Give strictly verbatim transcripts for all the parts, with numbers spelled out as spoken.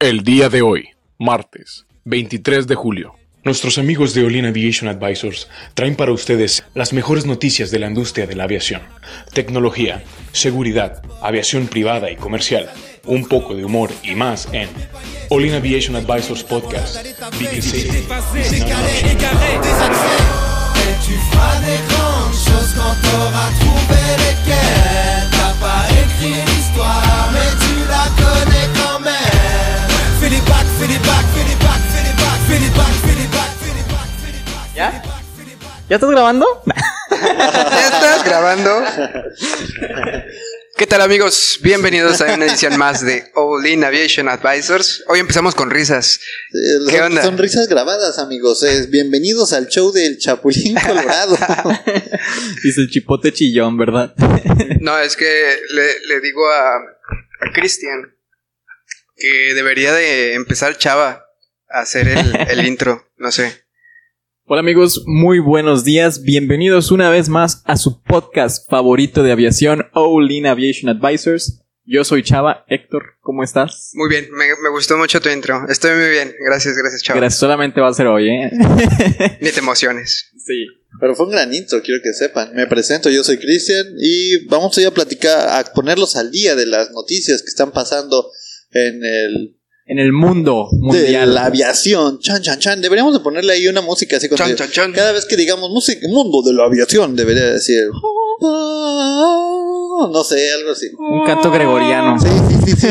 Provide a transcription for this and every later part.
El día de hoy, martes, veintitrés de julio. Nuestros amigos de Olin Aviation Advisors traen para ustedes las mejores noticias de la industria de la aviación, tecnología, seguridad, aviación privada y comercial, un poco de humor y más en Olin Aviation Advisors Podcast. Because safety is not an option. Tu feras des grandes choses quand t'auras trouvé lesquelles. T'as pas écrit l'histoire, mais tu la connais quand même. Fais les bacs, fais les bacs, fais les bacs, fais les bacs, fais les bacs, fais les bacs, fais les bacs, fais les bacs. ¿Ya? ¿Ya estás grabando? ¿Ya estás grabando? ¿Qué tal, amigos? Bienvenidos a una edición más de Olin Aviation Advisors. Hoy empezamos con risas. Eh, ¿Qué son, onda? son risas grabadas, amigos. Eh, bienvenidos al show del Chapulín Colorado. Dice el chipote chillón, ¿verdad? No, es que le, le digo a, a Cristian que debería de empezar Chava a hacer el, el intro, no sé. Hola amigos, muy buenos días. Bienvenidos una vez más a su podcast favorito de aviación, Olin Aviation Advisors. Yo soy Chava. Héctor, ¿cómo estás? Muy bien, me, me gustó mucho tu intro. Estoy muy bien, gracias, gracias, Chava. Gracias, solamente va a ser hoy, ¿eh? Ni te emociones. Sí. Pero fue un gran intro, quiero que sepan. Me presento, yo soy Cristian y vamos hoy a platicar, a ponerlos al día de las noticias que están pasando en el... En el mundo de mundial. la aviación. Chan, chan, chan. Deberíamos de ponerle ahí una música así. Chan, de, chan, chan. Cada vez que digamos música, mundo de la aviación, debería decir... No sé, algo así. Un canto gregoriano. Sí, sí, sí, sí.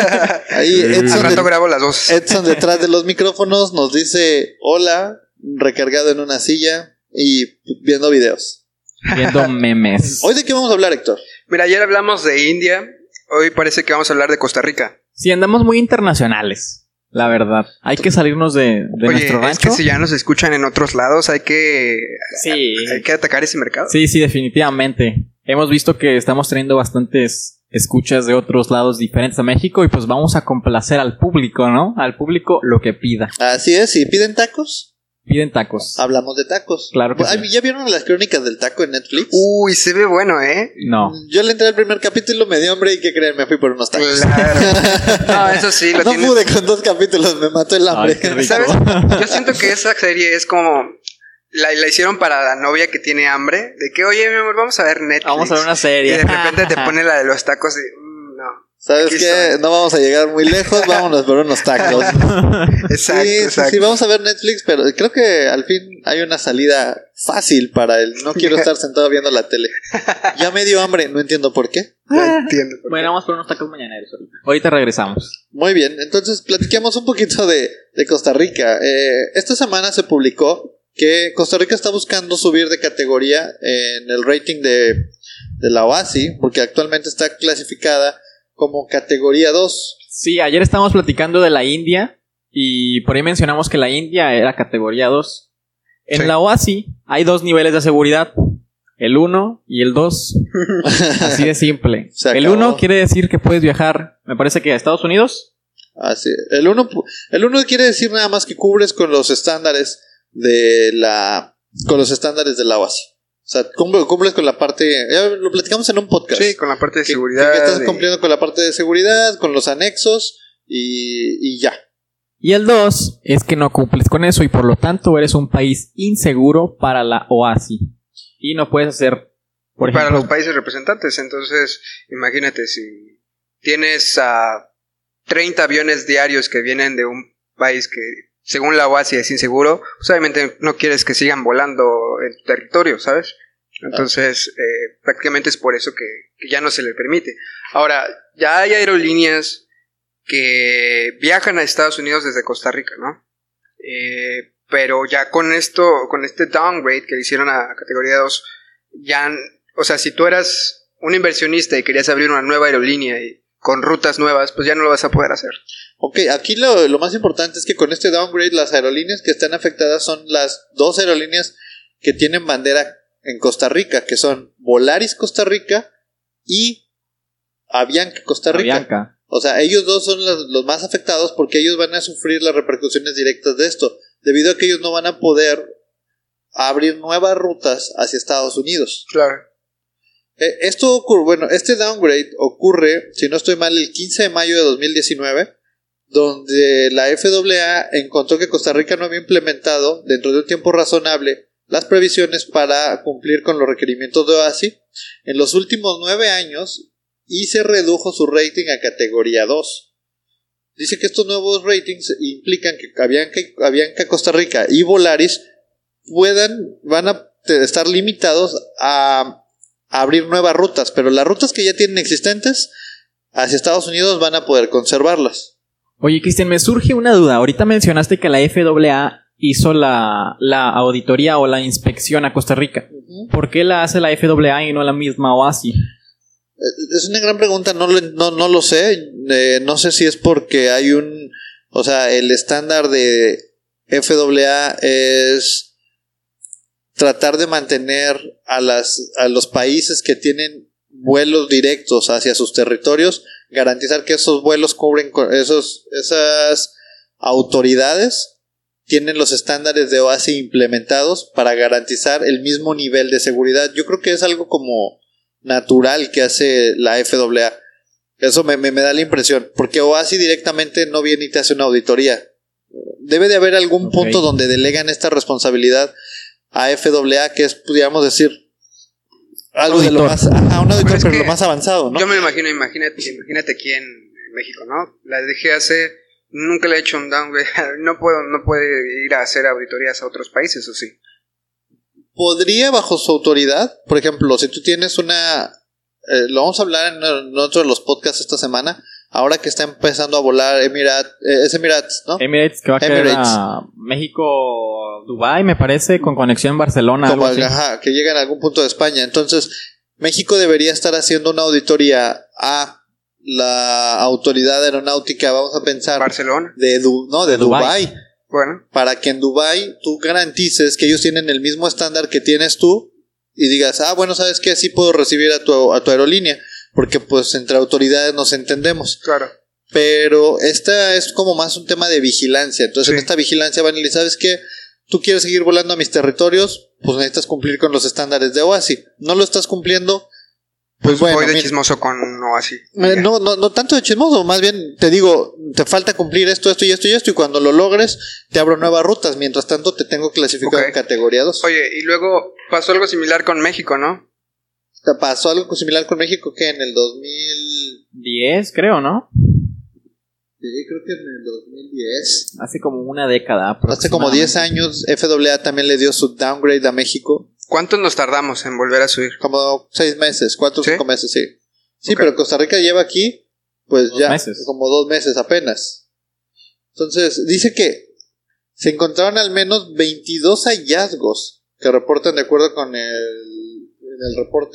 Ahí Al Edson, rato de- grabo las dos. Edson detrás de los micrófonos nos dice hola, recargado en una silla y viendo videos. Viendo memes. ¿Hoy de qué vamos a hablar, Héctor? Mira, ayer hablamos de India, hoy parece que vamos a hablar de Costa Rica. Sí, andamos muy internacionales, la verdad. Hay que salirnos de, de Oye, nuestro es rancho. que si ya nos escuchan en otros lados, hay que, Sí. hay que atacar ese mercado. Sí, sí, definitivamente. Hemos visto que estamos teniendo bastantes escuchas de otros lados diferentes a México y pues vamos a complacer al público, ¿no? Al público lo que pida. Así es, si piden tacos, Piden tacos. hablamos de tacos. Claro que Ay, sí. ¿Ya vieron las crónicas del taco en Netflix? Uy, se ve bueno, ¿eh? No. Yo le entré al primer capítulo, me dio hambre y ¿qué creen? Me fui por unos tacos. Claro. No, eso sí, lo No tienes. pude con dos capítulos, me mató el hambre. Ay, qué rico. ¿Sabes? Yo siento que esa serie es como... La, la hicieron para la novia que tiene hambre. De que, oye, mi amor, vamos a ver Netflix. Vamos a ver una Y serie. de repente te pone la de los tacos y... mm, no. ¿Sabes Aquí qué? estoy. No vamos a llegar muy lejos, vámonos por unos tacos. Exacto, Sí, sí, exacto. sí, vamos a ver Netflix, pero creo que al fin hay una salida fácil para el no quiero estar sentado viendo la tele. Ya me dio hambre, no entiendo por qué. Ya entiendo. por qué. Bueno, vamos por unos tacos mañaneros ahorita. Ahorita regresamos. Muy bien, entonces platiquemos un poquito de, de Costa Rica. Eh, esta semana se publicó que Costa Rica está buscando subir de categoría en el rating de, de la O A S I, porque actualmente está clasificada como categoría dos. Sí, ayer estábamos platicando de la India y por ahí mencionamos que la India era categoría dos. En Sí. la O A S I hay dos niveles de seguridad. El uno y el dos. Así de simple. Se El acabó. uno quiere decir que puedes viajar, me parece que a Estados Unidos. Así, el uno, el uno quiere decir nada más que cubres con los estándares de la, con los estándares de la O A S I. O sea, cumple- cumples con la parte, ya lo platicamos en un podcast. Sí, con la parte de que, seguridad. que estás y- cumpliendo con la parte de seguridad, con los anexos y, y ya. Y el dos es que no cumples con eso y por lo tanto eres un país inseguro para la O A S I. Y no puedes hacer, por para ejemplo, los países representantes. Entonces, imagínate si tienes a treinta aviones diarios que vienen de un país que, según la O A S I, es inseguro, pues obviamente no quieres que sigan volando en tu territorio, ¿sabes? Entonces, eh, prácticamente es por eso que, que ya no se le permite. Ahora, ya hay aerolíneas que viajan a Estados Unidos desde Costa Rica, ¿no? Eh, pero ya con esto, con este downgrade que le hicieron a categoría dos, ya, o sea, si tú eras un inversionista y querías abrir una nueva aerolínea y con rutas nuevas, pues ya no lo vas a poder hacer. Ok, aquí lo, lo más importante es que con este downgrade las aerolíneas que están afectadas son las dos aerolíneas que tienen bandera en Costa Rica, que son Volaris Costa Rica y Avianca Costa Rica. Avianca. O sea, ellos dos son los, los más afectados porque ellos van a sufrir las repercusiones directas de esto, debido a que ellos no van a poder abrir nuevas rutas hacia Estados Unidos. Claro. Eh, esto ocurre, bueno, este downgrade ocurre, si no estoy mal, el quince de mayo de dos mil diecinueve donde la F A A encontró que Costa Rica no había implementado dentro de un tiempo razonable las previsiones para cumplir con los requerimientos de OASI en los últimos nueve años y se redujo su rating a categoría dos. Dice que estos nuevos ratings implican que Avianca, Avianca Costa Rica y Volaris puedan, van a estar limitados a, a abrir nuevas rutas, pero las rutas que ya tienen existentes hacia Estados Unidos van a poder conservarlas. Oye, Cristian, me surge una duda. Ahorita mencionaste que la F A A hizo la, la auditoría o la inspección a Costa Rica. Uh-huh. ¿Por qué la hace la F A A y no la misma OASI? Es una gran pregunta, no lo, no, no lo sé. Eh, no sé si es porque hay un... O sea, el estándar de F A A es tratar de mantener a, las, a los países que tienen vuelos directos hacia sus territorios, garantizar que esos vuelos cubren esos, esas autoridades tienen los estándares de OASI implementados para garantizar el mismo nivel de seguridad. Yo creo que es algo como natural que hace la F A A. Eso me, me, me da la impresión, porque OASI directamente no viene y te hace una auditoría. Debe de haber algún okay. punto donde delegan esta responsabilidad a F A A, que es, pudiéramos decir, algo auditor. de lo más, ajá, un auditor, pero, pero lo más avanzado, ¿no? Yo me imagino, imagínate, imagínate aquí en México, ¿no? La D G A C nunca le ha hecho un downgrade, no puedo, no puede ir a hacer auditorías a otros países, ¿o sí? Podría bajo su autoridad, por ejemplo, si tú tienes una, eh, lo vamos a hablar en, en otro de los podcasts esta semana, ahora que está empezando a volar Emirat, eh, es Emirates, ¿no? Emirates, que va a Emirates. caer a México, Dubái, me parece, con conexión Barcelona. Como, algo así. Ajá, que llega en algún punto de España. Entonces, México debería estar haciendo una auditoría a la autoridad aeronáutica, vamos a pensar. Barcelona. De, du, no, de Dubái. Dubái. Bueno. Para que en Dubái tú garantices que ellos tienen el mismo estándar que tienes tú y digas, ah, bueno, ¿sabes qué? Sí puedo recibir a tu, a tu aerolínea. Porque pues entre autoridades nos entendemos. Claro. Pero esta es como más un tema de vigilancia. Entonces sí. En esta vigilancia van y le ¿sabes qué? Tú quieres seguir volando a mis territorios, pues necesitas cumplir con los estándares de OASI. No lo estás cumpliendo, pues, pues bueno. Voy de mira, chismoso con OASI. Eh, no, no, no tanto de chismoso, más bien te digo, te falta cumplir esto, esto y esto y esto, y cuando lo logres, te abro nuevas rutas. Mientras tanto, te tengo clasificado okay. en categoría dos. Oye, y luego pasó algo similar con México, ¿no? Pasó algo similar con México que en el dos mil diez, creo, ¿no? Sí, creo que en el dos mil diez. Hace como una década. Hace como diez años, F A A también le dio su downgrade a México. ¿Cuánto nos tardamos en volver a subir? Como seis meses, cuatro o ¿Sí? cinco meses, sí. Sí, okay. Pero Costa Rica lleva aquí, pues dos ya, meses. como dos meses apenas. Entonces, dice que se encontraron al menos veintidós hallazgos que reportan de acuerdo con el el reporte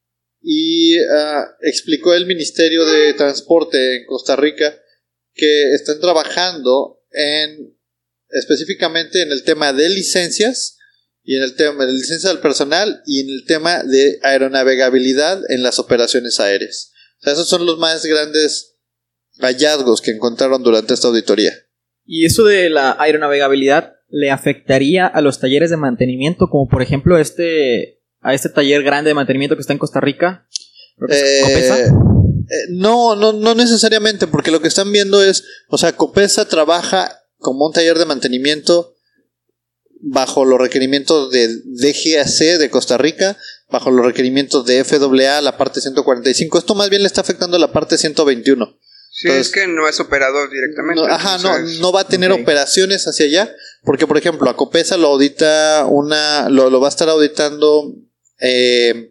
y uh, explicó el Ministerio de Transporte en Costa Rica que están trabajando en específicamente en el tema de licencias y en el tema de licencia del personal y en el tema de aeronavegabilidad en las operaciones aéreas. O sea, esos son los más grandes hallazgos que encontraron durante esta auditoría. ¿Y eso de la aeronavegabilidad le afectaría a los talleres de mantenimiento, como por ejemplo este a este taller grande de mantenimiento que está en Costa Rica? Eh, ¿Copesa? Eh, no, no, no necesariamente, porque lo que están viendo es, o sea, Copesa trabaja como un taller de mantenimiento bajo los requerimientos de D G A C de Costa Rica, bajo los requerimientos de F A A, la parte ciento cuarenta y cinco. Esto más bien le está afectando la parte ciento veintiuno. Sí, entonces, es que no es operador directamente. No, ajá, no, no va a tener okay. operaciones hacia allá, porque por ejemplo a Copesa lo audita una, lo, lo va a estar auditando eh,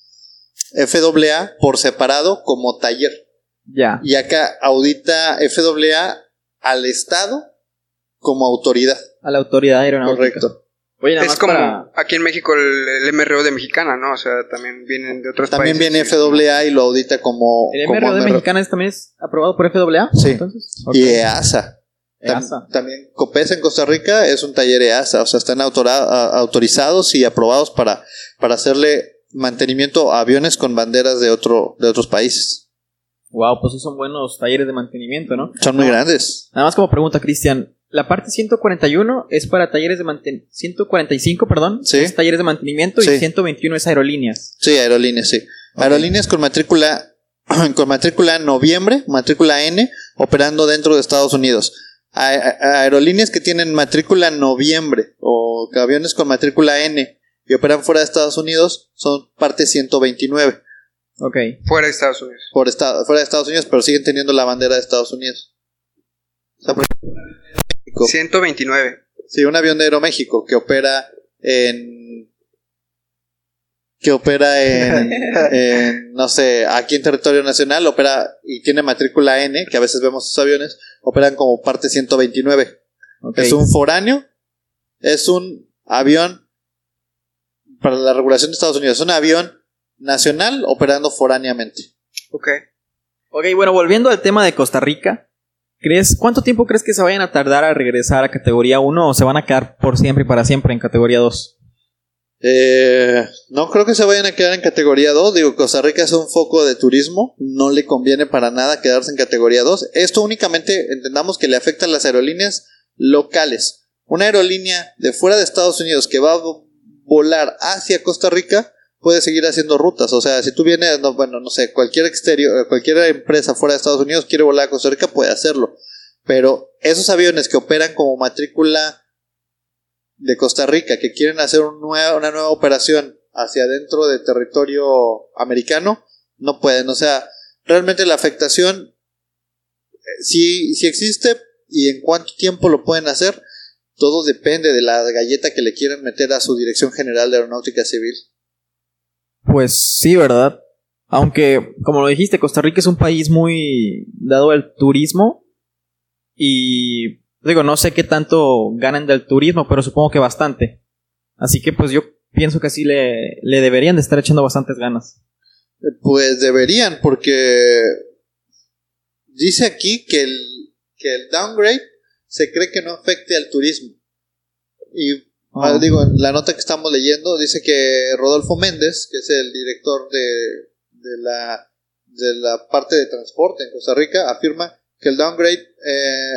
F A A por separado como taller. Ya. Y acá audita F A A al Estado como autoridad. A la autoridad aeronáutica. Correcto. Oye, nada es más como para... aquí en México el, el M R O de Mexicana, ¿no? O sea, también vienen de otros también países. También viene F A A y lo audita como... ¿El M R O de Mexicana es, también es aprobado por F A A? Sí. Entonces, okay. Y EASA. EASA. También Copesa en Costa Rica es un taller EASA. O sea, están autora- autorizados y aprobados para, para hacerle mantenimiento a aviones con banderas de, otro, de otros países. Wow, pues sí son buenos talleres de mantenimiento, ¿no? Son muy grandes. Nada más como pregunta, Cristian. La parte ciento cuarenta y uno es para talleres de mantenimiento. ciento cuarenta y cinco, perdón. Sí. Es talleres de mantenimiento sí. Y ciento veintiuno es aerolíneas. Sí, aerolíneas, sí. Okay. Aerolíneas con matrícula con matrícula noviembre, matrícula N operando dentro de Estados Unidos. A- a- aerolíneas que tienen matrícula noviembre o aviones con matrícula N y operan fuera de Estados Unidos son parte ciento veintinueve. Ok. Fuera de Estados Unidos. Por estado, fuera de Estados Unidos, pero siguen teniendo la bandera de Estados Unidos. O sea, por ejemplo, ciento veintinueve. sí, un avión de Aeroméxico que opera en que opera en, en, no sé, aquí en territorio nacional, opera y tiene matrícula N, que a veces vemos sus aviones, operan como parte ciento veintinueve. Okay. Es un foráneo, es un avión para la regulación de Estados Unidos, es un avión nacional operando foráneamente. Ok. Ok, bueno, volviendo al tema de Costa Rica, ¿crees, ¿cuánto tiempo crees que se vayan a tardar a regresar a categoría uno o se van a quedar por siempre y para siempre en categoría dos? Eh, no creo que se vayan a quedar en categoría dos. Digo, Costa Rica es un foco de turismo, no le conviene para nada quedarse en categoría dos. Esto únicamente entendamos que le afecta a las aerolíneas locales. Una aerolínea de fuera de Estados Unidos que va a volar hacia Costa Rica puede seguir haciendo rutas. O sea, si tú vienes, no, bueno, no sé, cualquier exterior, cualquier empresa fuera de Estados Unidos quiere volar a Costa Rica, puede hacerlo. Pero esos aviones que operan como matrícula de Costa Rica, que quieren hacer un nueva, una nueva operación hacia adentro de territorio americano, no pueden. O sea, realmente la afectación sí, sí existe, y en cuánto tiempo lo pueden hacer, todo depende de la galleta que le quieran meter a su Dirección General de Aeronáutica Civil. Pues sí, ¿verdad? Aunque, como lo dijiste, Costa Rica es un país muy dado al turismo y digo, no sé qué tanto ganan del turismo, pero supongo que bastante. Así que pues yo pienso que sí le, le deberían de estar echando bastantes ganas. Pues deberían, porque dice aquí que el, que el downgrade se cree que no afecte al turismo. Y oh. digo, en la nota que estamos leyendo dice que Rodolfo Méndez, que es el director de, de, la, de la parte de transporte en Costa Rica, afirma que el downgrade eh,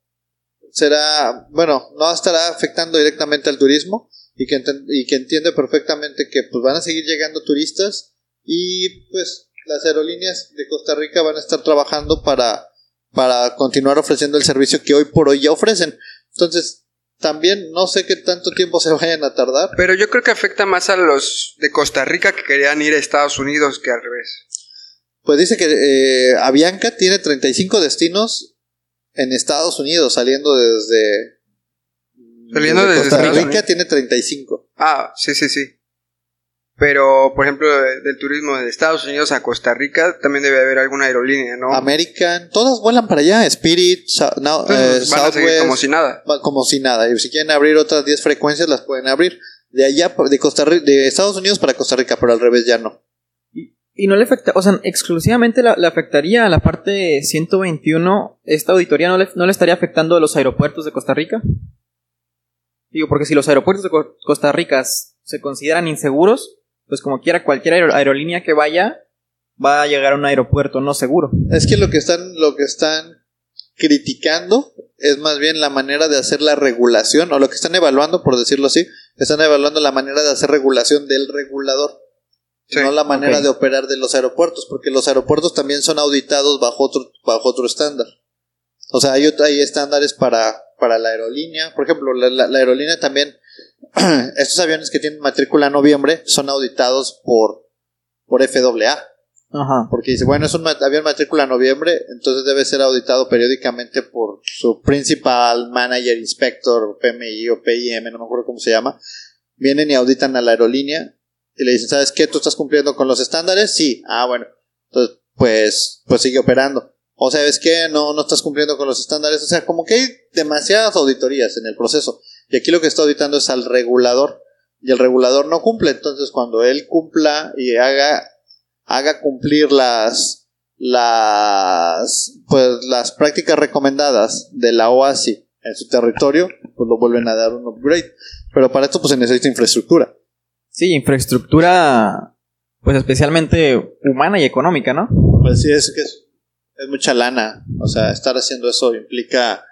será, bueno, no estará afectando directamente al turismo, y que, ent- y que entiende perfectamente que pues van a seguir llegando turistas, y pues las aerolíneas de Costa Rica van a estar trabajando para, para continuar ofreciendo el servicio que hoy por hoy ya ofrecen. Entonces, también no sé qué tanto tiempo se vayan a tardar. Pero yo creo que afecta más a los de Costa Rica que querían ir a Estados Unidos que al revés. Pues dice que eh, Avianca tiene treinta y cinco destinos en Estados Unidos, saliendo desde... Saliendo desde, desde Costa Estados Rica Unidos. tiene treinta y cinco. Ah, sí, sí, sí. Pero, por ejemplo, de- del turismo de Estados Unidos a Costa Rica también debe haber alguna aerolínea, ¿no? American, todas vuelan para allá. Spirit, Sa- no, Entonces, eh, van a seguir Southwest, como si nada. va como si nada. Y si quieren abrir otras diez frecuencias, las pueden abrir. De allá, de Costa Rica, de Estados Unidos para Costa Rica, pero al revés ya no. Y, y no le afecta, o sea, exclusivamente la- le afectaría a la parte ciento veintiuno, esta auditoría no le, no le estaría afectando a los aeropuertos de Costa Rica. Digo, porque si los aeropuertos de Co- Costa Rica s- se consideran inseguros, pues como quiera cualquier aer- aerolínea que vaya va a llegar a un aeropuerto no seguro. Es que lo que están, lo que están criticando es más bien la manera de hacer la regulación, o lo que están evaluando, por decirlo así, están evaluando la manera de hacer regulación del regulador, Sí, no la manera ok. de operar de los aeropuertos, porque los aeropuertos también son auditados bajo otro, bajo otro estándar. O sea, hay, ot- hay estándares para, para la aerolínea. Por ejemplo, la, la, la aerolínea también, estos aviones que tienen matrícula noviembre son auditados por, por F A A. Ajá. Porque dice, bueno, es un mat- avión matrícula noviembre, entonces debe ser auditado periódicamente por su Principal Manager Inspector, P M I o P I M, no me acuerdo cómo se llama. Vienen y auditan a la aerolínea y le dicen, ¿sabes qué? ¿Tú estás cumpliendo con los estándares? Sí. Ah, bueno. Entonces, pues, pues sigue operando. O ¿sabes qué? No, no estás cumpliendo con los estándares. O sea, como que hay demasiadas auditorías en el proceso. Y aquí lo que está auditando es al regulador. Y el regulador no cumple. Entonces, cuando él cumpla y haga haga cumplir las las pues las prácticas recomendadas de la O A S I en su territorio, pues lo vuelven a dar un upgrade. Pero para esto pues se necesita infraestructura. Sí, infraestructura, pues especialmente humana y económica, ¿no? Pues sí, es que es, es mucha lana. O sea, estar haciendo eso implica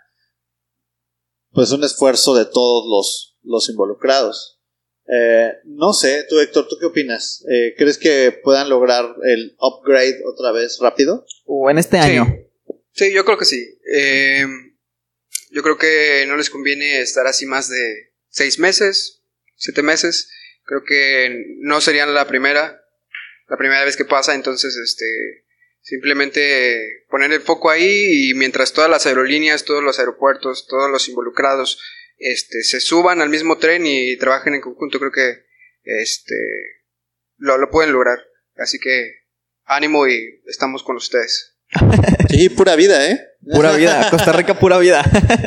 pues un esfuerzo de todos los, los involucrados. Eh, no sé, tú Héctor, ¿tú qué opinas? Eh, ¿Crees que puedan lograr el upgrade otra vez rápido? O en este Sí. año. Sí, yo creo que sí. Eh, yo creo que no les conviene estar así más de seis meses, siete meses. Creo que no serían la primera, la primera vez que pasa, entonces este, simplemente poner el foco ahí y mientras todas las aerolíneas, todos los aeropuertos, todos los involucrados este, se suban al mismo tren y trabajen en conjunto, creo que este, lo, lo pueden lograr. Así que ánimo y estamos con ustedes. Sí, pura vida, ¿eh? Pura vida, Costa Rica pura vida.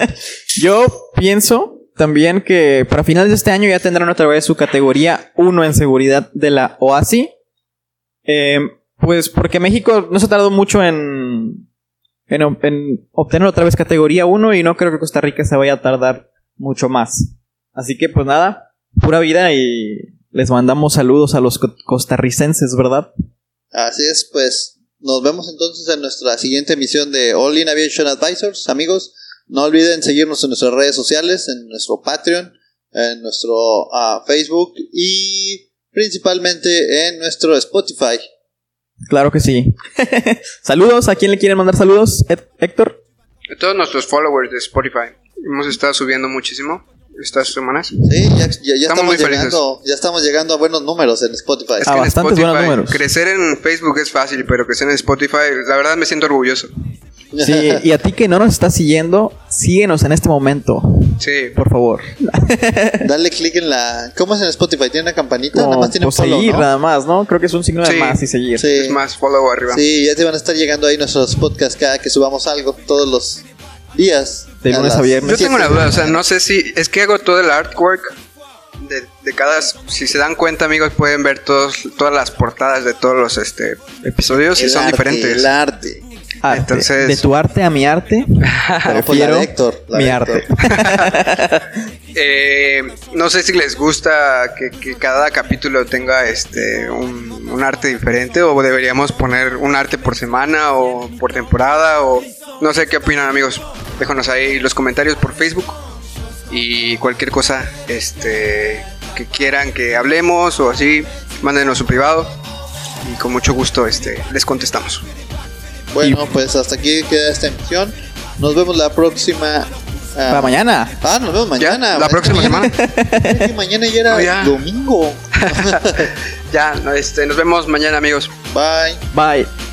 Yo pienso también que para finales de este año ya tendrán otra vez su categoría uno en seguridad de la O A S I. Eh, pues porque México no se ha tardado mucho en, en, en obtener otra vez categoría uno y no creo que Costa Rica se vaya a tardar mucho más. Así que pues nada, pura vida y les mandamos saludos a los co- costarricenses, ¿verdad? Así es, pues nos vemos entonces en nuestra siguiente emisión de All In Aviation Advisors. Amigos, no olviden seguirnos en nuestras redes sociales, en nuestro Patreon, en nuestro uh, Facebook y principalmente en nuestro Spotify. Claro que sí. Saludos, ¿a quién le quieren mandar saludos, Ed- Héctor? A todos nuestros followers de Spotify, hemos estado subiendo muchísimo estas semanas. Sí, ya, ya, ya estamos, muy llegando, ya estamos llegando a buenos números en Spotify. Es Ah, que en bastantes Spotify, buenos números. crecer en Facebook es fácil, pero crecer en Spotify, la verdad me siento orgulloso. Sí, y a ti que no nos estás siguiendo, síguenos en este momento, Sí, por favor. Dale click en la... ¿Cómo es en Spotify? ¿Tiene una campanita? No, nada más tiene un pues follow, seguir, ¿no? nada más, ¿no? Creo que es un signo de Sí. más y seguir. Sí. es más, follow arriba. Sí, ya te van a estar llegando ahí nuestros podcasts cada que subamos algo, todos los días. De lunes a las viernes. Yo tengo una siete. duda, o sea, no sé si... Es que hago todo el artwork de, de cada... Si se dan cuenta, amigos, pueden ver todos, todas las portadas de todos los este, episodios y El son arte, diferentes. El arte. Arte. Entonces- De tu arte a mi arte, No, pues la prefiero de Héctor, la mi de arte. Héctor. Eh, no sé si les gusta que, que cada capítulo tenga este un, un arte diferente o deberíamos poner un arte por semana o por temporada o no sé qué opinan, amigos. Déjanos ahí los comentarios por Facebook y cualquier cosa este que quieran que hablemos o así, mándenos su privado y con mucho gusto este les contestamos. Bueno, pues hasta aquí queda esta emisión. Nos vemos la próxima. ah, Para mañana. Ah, nos vemos Ya, mañana. la próxima mañana. Es que mañana ya era Oh, ya. domingo. Ya, no, este, nos vemos mañana, amigos. Bye. Bye.